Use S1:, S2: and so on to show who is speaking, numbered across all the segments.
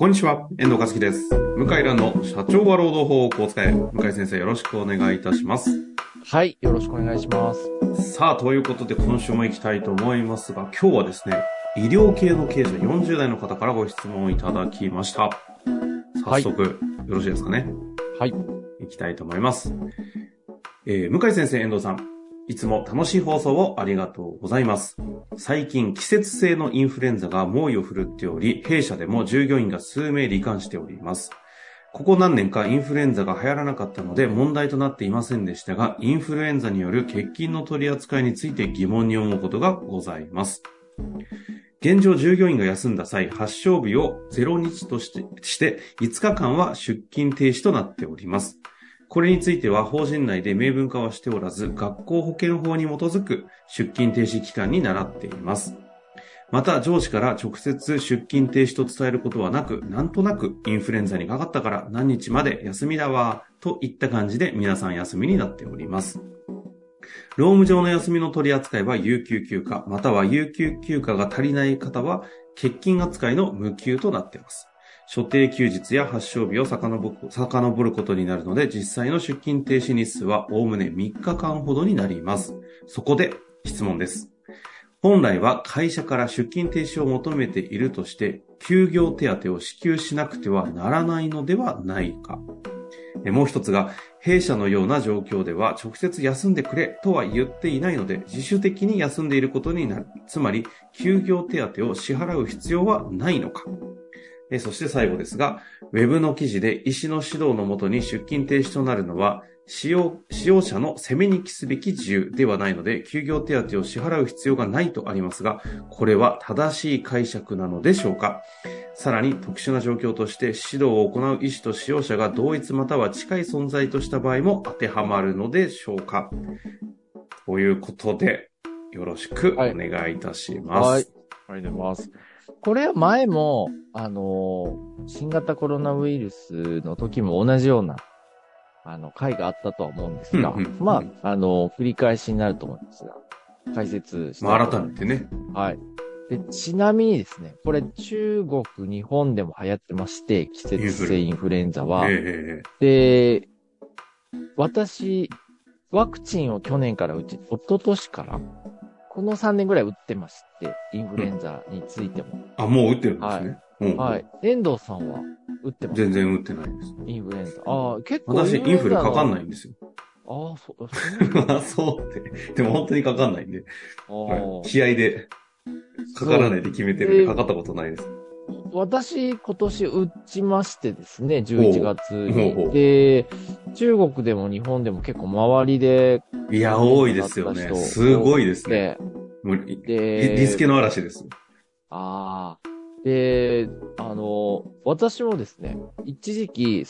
S1: こんにちは、遠藤和樹です。向井蘭の社長は労働法をこう使え。向井先生、よろしくお願いいたします。
S2: はい、よろしくお願いします。
S1: さあ、ということで今週も行きたいと思いますが、今日はですね、医療系の経営者40代の方からご質問をいただきました。早速、よろしいですかね。
S2: はい。
S1: 行きたいと思います。向井先生、遠藤さん、いつも楽しい放送をありがとうございます。最近季節性のインフルエンザが猛威を振るっており、弊社でも従業員が数名罹患しております。ここ何年かインフルエンザが流行らなかったので問題となっていませんでしたが、インフルエンザによる欠勤の取り扱いについて疑問に思うことがございます。現状従業員が休んだ際、発症日を0日として5日間は出勤停止となっております。これについては法人内で明文化はしておらず、学校保健法に基づく出勤停止期間に倣っています。また上司から直接出勤停止と伝えることはなく、なんとなくインフルエンザにかかったから何日まで休みだわといった感じで皆さん休みになっております。労務上の休みの取り扱いは有給休暇、または有給休暇が足りない方は欠勤扱いの無給となっています。所定休日や発症日を遡ることになるので、実際の出勤停止日数はおおむね3日間ほどになります。そこで質問です。本来は会社から出勤停止を求めているとして、休業手当を支給しなくてはならないのではないか。もう一つが、弊社のような状況では直接休んでくれとは言っていないので、自主的に休んでいることになる。つまり、休業手当を支払う必要はないのか。そして最後ですが、ウェブの記事で医師の指導のもとに出勤停止となるのは、使用者の責めに帰すべき自由ではないので、休業手当を支払う必要がないとありますが、これは正しい解釈なのでしょうか。さらに特殊な状況として指導を行う医師と使用者が同一または近い存在とした場合も当てはまるのでしょうか。ということで、よろしくお願いいたします。
S2: はい。ありがとうございます。これは前も、新型コロナウイルスの時も同じような、回があったとは思うんですが、繰り返しになると思うんですが、解説して。
S1: 改めてね。
S2: はい。で、ちなみにですね、これ中国、日本でも流行ってまして、季節性インフルエンザは。で、私、ワクチンを去年から一昨年から、この3年ぐらい打ってまして、インフルエンザについても。
S1: あ、もう打ってるんですね。
S2: はい。遠藤さんは打ってますか？
S1: 全然打ってないです。
S2: インフルエンザ。ああ、結構
S1: 私、インフルかかんないんですよ。
S2: ああ、そう。
S1: そうって。でも本当にかかんないんで。気合で、かからないで決めてるんで、かかったことないです。
S2: 私、今年打ちましてですね、11月に。で、中国でも日本でも結構周りで。
S1: いや、多いですよね。すごいですね。リスケの嵐です。
S2: ああ。で、私もですね、一時期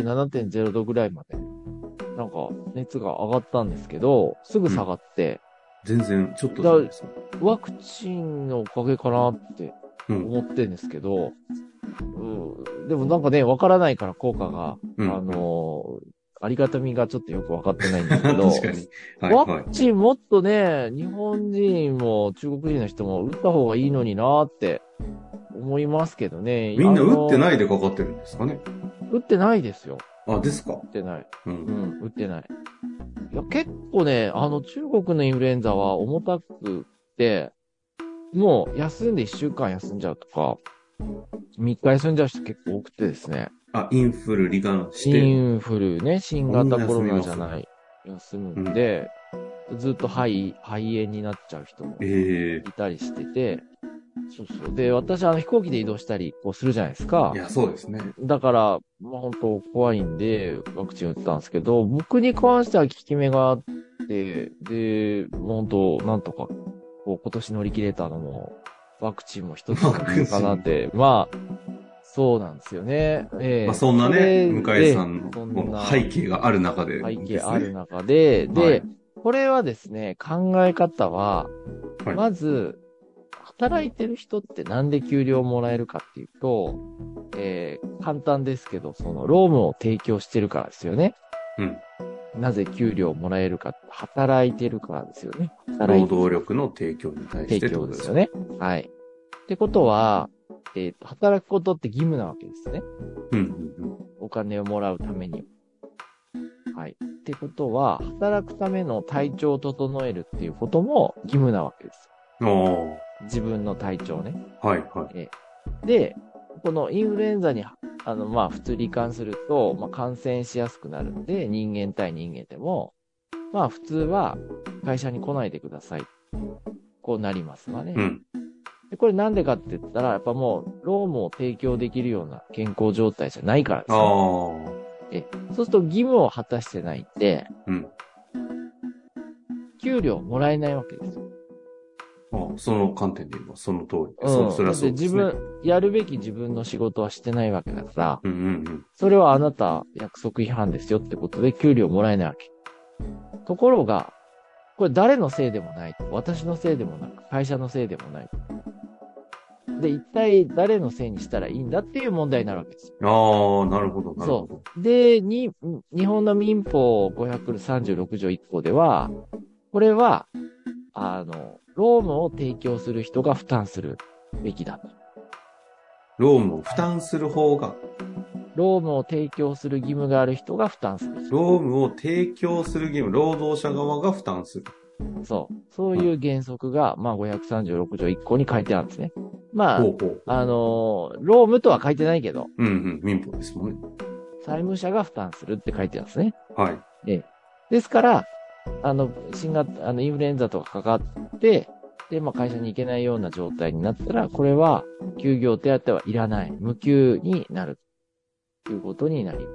S2: 37.0 度ぐらいまで、なんか熱が上がったんですけど、すぐ下がって。
S1: 全然、ちょっとそうです。
S2: ワクチンのおかげかなって思ってんですけど、でもなんかね、わからないから効果が、ありがたみがちょっとよくわかってないんですけど、
S1: 確かに。
S2: ワクチンもっとね、日本人も中国人の人も打った方がいいのになって思いますけどね。
S1: みんな打ってないでかかってるんですかね。
S2: 打ってないですよ。
S1: あ、ですか？
S2: 打ってない。打ってない。いや、結構ね、中国のインフルエンザは重たくて、もう休んで1週間休んじゃうとか、3日休んじゃう人結構多くてですね。
S1: インフル罹患して。
S2: インフルね、新型コロナじゃない。休むんで、ずっと肺炎になっちゃう人もいたりしてて、そう。で、私飛行機で移動したりするじゃないですか。
S1: いや、そうですね。
S2: だから、本当怖いんで、ワクチン打ったんですけど、僕に関しては効き目があって、で、本当なんとか、今年乗り切れたのも、ワクチンも一つの理由かなって。そうなんですよね。
S1: そんなね、向井さんの背景がある中で、
S2: 背景ある中で、で、これはですね、考え方は、まず、働いてる人ってなんで給料をもらえるかっていうと、簡単ですけど、労務を提供してるからですよね。なぜ給料をもらえるか、働いてるからですよね。
S1: 労働力の提供に対して
S2: 提供ですよね。はい。ってことは、 働くことって義務なわけですね。
S1: うんうん。
S2: お金をもらうために。はい。ってことは、働くための体調を整えるっていうことも義務なわけです。自分の体調ね。
S1: はいはい。
S2: で、このインフルエンザに、普通罹患すると、感染しやすくなるんで、人間対人間でも、普通は会社に来ないでください。こうなりますわね。
S1: うん。
S2: でこれなんでかって言ったら、やっぱもう、労務を提供できるような健康状態じゃないからですね。そうすると義務を果たしてないんで、
S1: うん。
S2: 給料もらえないわけですよ。
S1: その観点で言えばその通り。それはそうですね。
S2: やるべき自分の仕事はしてないわけだから、
S1: うんうんうん。
S2: それはあなた約束違反ですよってことで給料もらえないわけ。ところが、これ誰のせいでもない。私のせいでもなく、会社のせいでもない。で、一体誰のせいにしたらいいんだっていう問題になるわけです
S1: よ。なるほど、なるほど。
S2: そう。で、日本の民法536条1項では、これは、労務を提供する人が負担するべきだと。
S1: 労務を負担する方が
S2: 労務を提供する義務がある人が負担する。
S1: 労務を提供する義務、労働者側が負担する。
S2: そう。そういう原則が、536条1項に書いてあるんですね。労務とは書いてないけど。
S1: うんうん、民法ですもんね。
S2: 債務者が負担するって書いてあるんですね。
S1: はい。
S2: ですから、インフルエンザとかかかって、で、会社に行けないような状態になったら、これは、休業手当はいらない。無給になる。ということになります。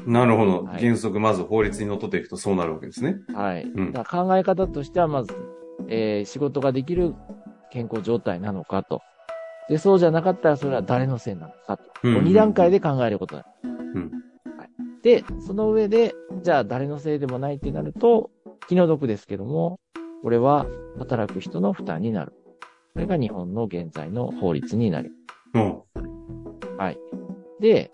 S1: なるほど。はい、原則、まず法律にのっとっていくとそうなるわけですね。
S2: はい。うん、だから考え方としては、まず、仕事ができる健康状態なのかと。で、そうじゃなかったら、それは誰のせいなのかと。2段階で考えることになる。
S1: うん
S2: はい。で、その上で、じゃあ誰のせいでもないってなると、気の毒ですけども、これは働く人の負担になる。これが日本の現在の法律になります。はい。で、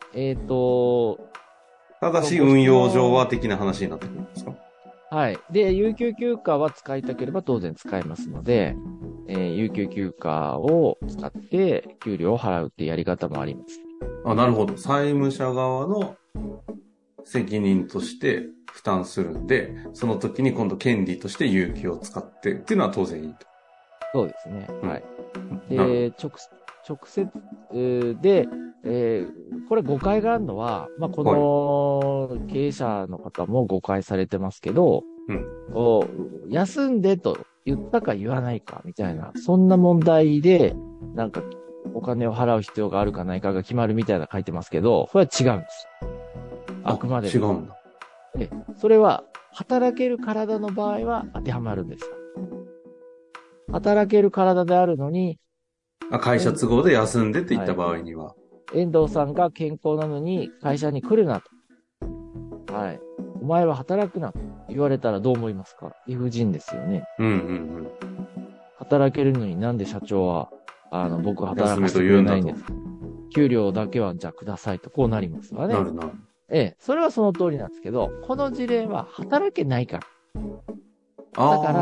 S1: ただし運用上は的な話になってくるんですか？
S2: はい。で、有給休暇は使いたければ当然使えますので、有給休暇を使って給料を払うっていうやり方もあります。
S1: なるほど。債務者側の責任として負担するんで、その時に今度権利として有給を使ってっていうのは当然いいと。
S2: そうですね。はい。で、直接、で、これ誤解があるのは、この経営者の方も誤解されてますけど、休んでと言ったか言わないかみたいな、そんな問題で、なんかお金を払う必要があるかないかが決まるみたいな書いてますけど、これは違うんです。あくまでも。
S1: 違うんだ。
S2: それは、働ける体の場合は当てはまるんです。働ける体であるのに、
S1: 会社都合で休んでって言った場合には。
S2: 遠藤さんが健康なのに会社に来るなと。はい。お前は働くなと言われたらどう思いますか？理不尽ですよね。働けるのになんで社長は、僕働かせてくれないんですか？給料だけはじゃあくださいと、こうなりますわね。
S1: なるな。
S2: それはその通りなんですけど、この事例は働けないから。だから、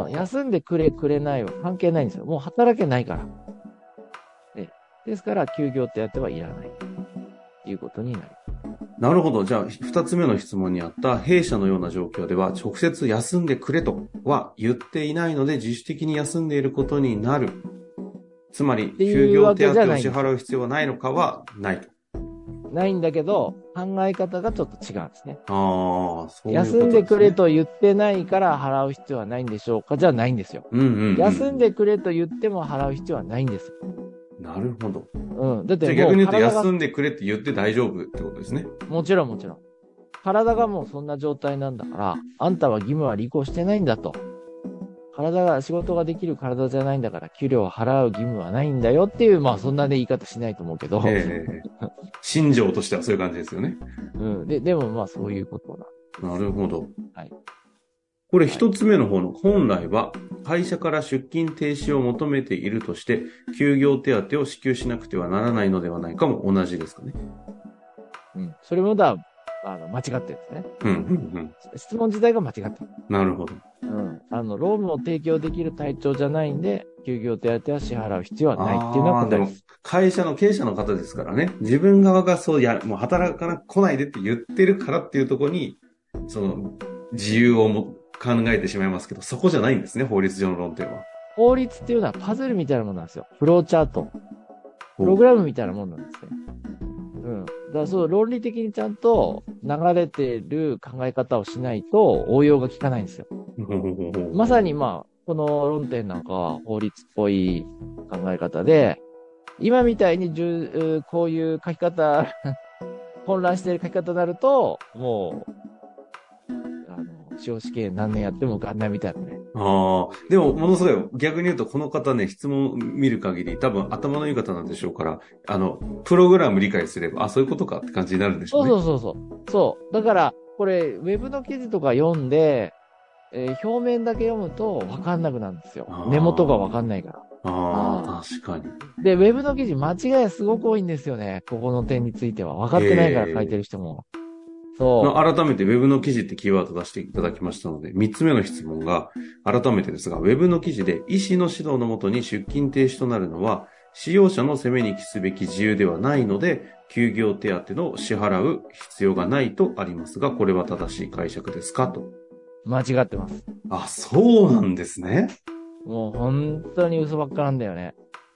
S2: 休んでくれないは関係ないんですよ。もう働けないから。ですから、休業手当はいらない。ということになります。
S1: なるほど。じゃあ、二つ目の質問にあった弊社のような状況では、直接休んでくれとは言っていないので、自主的に休んでいることになる。つまり、休業手当を支払う必要はないのかはないと。
S2: ないんだけど、考え方がちょっと違うんですね。
S1: そういうことですね。
S2: 休んでくれと言ってないから払う必要はないんでしょうかじゃないんですよ。休んでくれと言っても払う必要はないんですよ。
S1: なるほど。
S2: だって
S1: じゃあ逆に言うと休んでくれって言って大丈夫ってことですね。
S2: もちろん。体がもうそんな状態なんだから、あんたは義務は履行してないんだと。仕事ができる体じゃないんだから、給料を払う義務はないんだよっていう、そんな言い方しないと思うけど。
S1: 心情としてはそういう感じですよね。
S2: でもそういうこと
S1: なるほど。
S2: はい。
S1: これ一つ目の方の本来は会社から出勤停止を求めているとして休業手当を支給しなくてはならないのではないかも同じですかね。
S2: それも間違ってるんですね。
S1: うん、うん、うん。
S2: 質問自体が間違ってる。
S1: なるほど。
S2: うん。労務を提供できる体調じゃないんで、休業手当は支払う必要はないっていうのは答えです。
S1: 会社の経営者の方ですからね。自分側がそうもう働かな、来ないでって言ってるからっていうところに、その、自由を考えてしまいますけど、そこじゃないんですね、法律上の論点は。
S2: 法律っていうのはパズルみたいなものなんですよ。フローチャート。プログラムみたいなもんなんですね。うん。だからそう、論理的にちゃんと流れてる考え方をしないと応用が効かないんですよ。まさにこの論点なんかは法律っぽい考え方で、今みたいにこういう書き方、混乱してる書き方になると、もう、司法試験何年やっても受かんないみたいなね。
S1: ああ、でも、ものすごい、逆に言うと、この方ね、質問見る限り、多分頭のいい方なんでしょうから、プログラム理解すれば、そういうことかって感じになるんでしょうね。
S2: そう。だから、これ、ウェブの記事とか読んで、表面だけ読むと分かんなくなるんですよ。根元が分かんないから。
S1: 確かに。
S2: で、ウェブの記事間違いすごく多いんですよね。ここの点については。分かってないから書いてる人も。そう。
S1: 改めて Web の記事ってキーワード出していただきましたので、3つ目の質問が、改めてですが、Web の記事で医師の指導のもとに出勤停止となるのは、使用者の責めに帰すべき自由ではないので、休業手当の支払う必要がないとありますが、これは正しい解釈ですかと。
S2: 間違ってます。
S1: そうなんですね。
S2: もう本当に嘘ばっかなんだよね。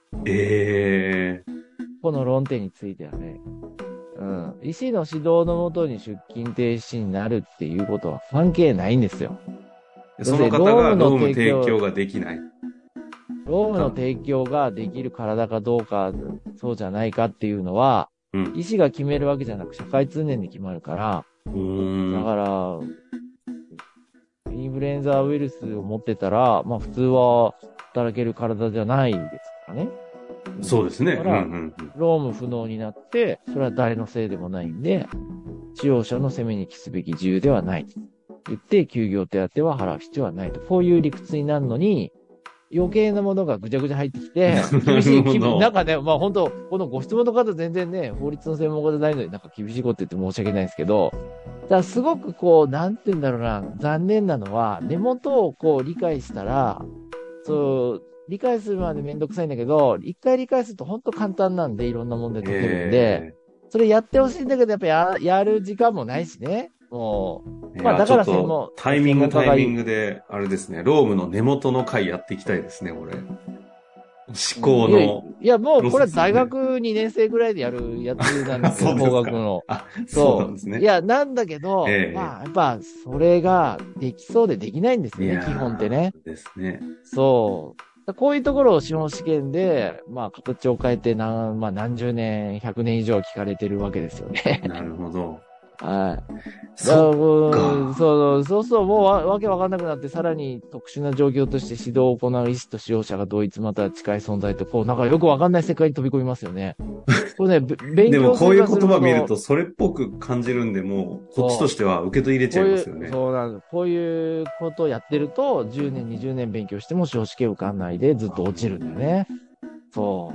S2: この論点についてはね。うん。医師の指導のもとに出勤停止になるっていうことは関係ないんですよ。
S1: その方が労務提供ができない。
S2: 労務の提供ができる体かどうか、そうじゃないかっていうのは、医師が決めるわけじゃなく社会通念で決まるから、だから、インフルエンザウイルスを持ってたら、普通は働ける体じゃないですからね。
S1: そうですね。
S2: だから、労務不能になって、それは誰のせいでもないんで、使用者の責めに帰すべき自由ではないと言って、休業手当は払う必要はないと。こういう理屈になるのに、余計なものがぐちゃぐちゃ入ってきて、厳しい、なんかね、本当このご質問の方全然ね、法律の専門家じゃないのになんか厳しいこと言って申し訳ないんですけど、だからすごくなんて言うんだろうな、残念なのは、根元を理解したら、理解するまでめんどくさいんだけど、一回理解すると本当簡単なんで、いろんな問題解けるんで、それやってほしいんだけど、やっぱやる時間もないしね。もう、だから
S1: タイミングで、あれですね、労務の根元の回やっていきたいですね、これ。思考の。
S2: いや、もうこれは大学2年生ぐらいでやるやつなんですよ、工学の。
S1: そうなんですね。
S2: いや、なんだけど、やっぱ、それができそうでできないんですよね、基本ってね。
S1: ですね。
S2: そう。こういうところを司法試験で、形を変えて何十年、100年以上聞かれてるわけですよね。
S1: なるほど。
S2: はい。そう、もうわけわかんなくなって、さらに特殊な状況として指導を行う医師と使用者が同一または近い存在と、なんかよくわかんない世界に飛び込みますよね。これね、勉強
S1: でもこういう言葉見ると、それっぽく感じるんで、もう、こっちとしては受け取り入れちゃいますよね。
S2: そうなんです。こういうことをやってると、10年、20年勉強しても司法試験受かんないでずっと落ちるんだよね。そう。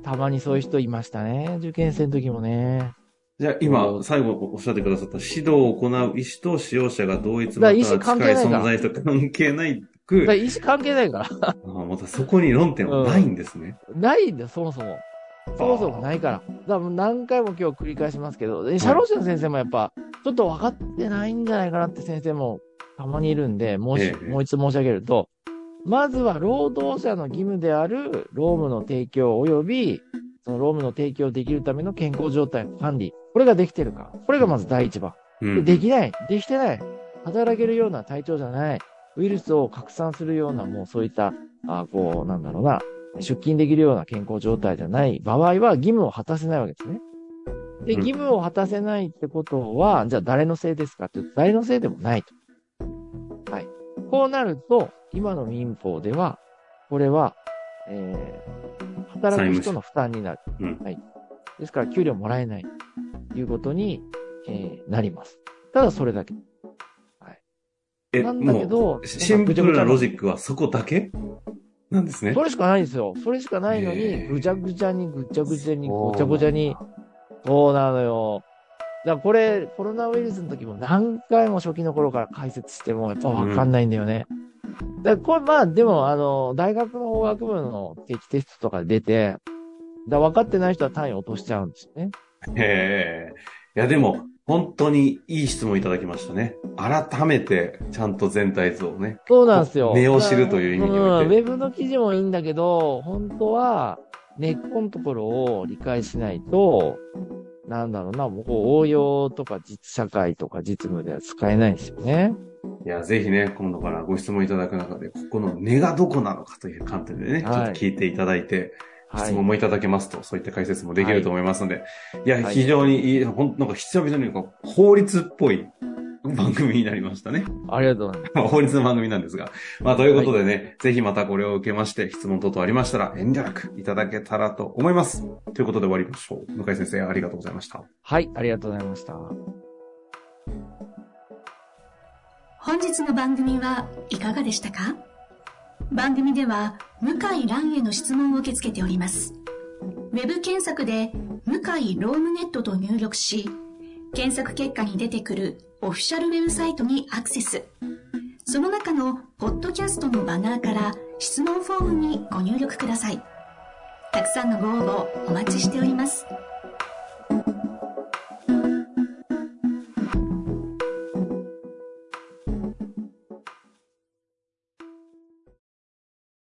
S2: たまにそういう人いましたね。受験生の時もね。
S1: じゃあ今、最後おっしゃってくださった指導を行う医師と使用者が同一または近い存在と関係ないく。
S2: 医師関係ないから。
S1: またそこに論点はないんですね。
S2: ないんだよ、そもそも。そもそもないから。だから何回も今日繰り返しますけど、社労士の先生もやっぱ、ちょっと分かってないんじゃないかなって先生もたまにいるんで、もう一度申し上げると、まずは労働者の義務である労務の提供及び、その労務の提供できるための健康状態の管理。これができてるか。これがまず第一番。できない。できてない。働けるような体調じゃない。ウイルスを拡散するような、もうそういった、出勤できるような健康状態じゃない場合は義務を果たせないわけですね。で、義務を果たせないってことは、じゃあ誰のせいですかって言うと、誰のせいでもないと。はい。こうなると、今の民法では、これは、働く人の負担になる。はい。ですから、給料もらえないということに、なります。ただそれだけ。はい。なんだけど、
S1: シンプルなロジックはそこだけなんですね。
S2: それしかないんですよ。それしかないのに、ぐちゃぐちゃに、ごちゃごちゃに、そうなのよ。 からこれ、コロナウイルスの時も何回も初期の頃から解説してもやっぱわかんないんだよね。だからこれまあでも大学の法学部の定期テストとかで出て、分かってない人は単位落としちゃうんですよね。
S1: へえ。いやでも、本当にいい質問いただきましたね。改めて、ちゃんと全体像をね。
S2: そうなんですよ。
S1: 根を知るという意味において。
S2: ウェブの記事もいいんだけど、本当は根っこのところを理解しないと、なんだろうな、もう応用とか実社会とか実務では使えないんですよね。
S1: いや、ぜひね、今度からご質問いただく中で、ここの根がどこなのかという観点でね、ちょっと聞いていただいて、質問もいただけますと、そういった解説もできると思いますので、いや、非常にいい、なんか久々に法律っぽい番組になりましたね。
S2: ありがとうございます。
S1: 法律の番組なんですが。まあ、ということでね、ぜひまたこれを受けまして、質問等々ありましたら、遠慮なくいただけたらと思います。ということで終わりましょう。向井先生、ありがとうございました。
S2: はい、ありがとうございました。
S3: 本日の番組はいかがでしたか？番組では向井蘭への質問を受け付けております。ウェブ検索で向井ロームネットと入力し、検索結果に出てくるオフィシャルウェブサイトにアクセス。その中のポッドキャストのバナーから質問フォームにご入力ください。たくさんのご応募お待ちしております。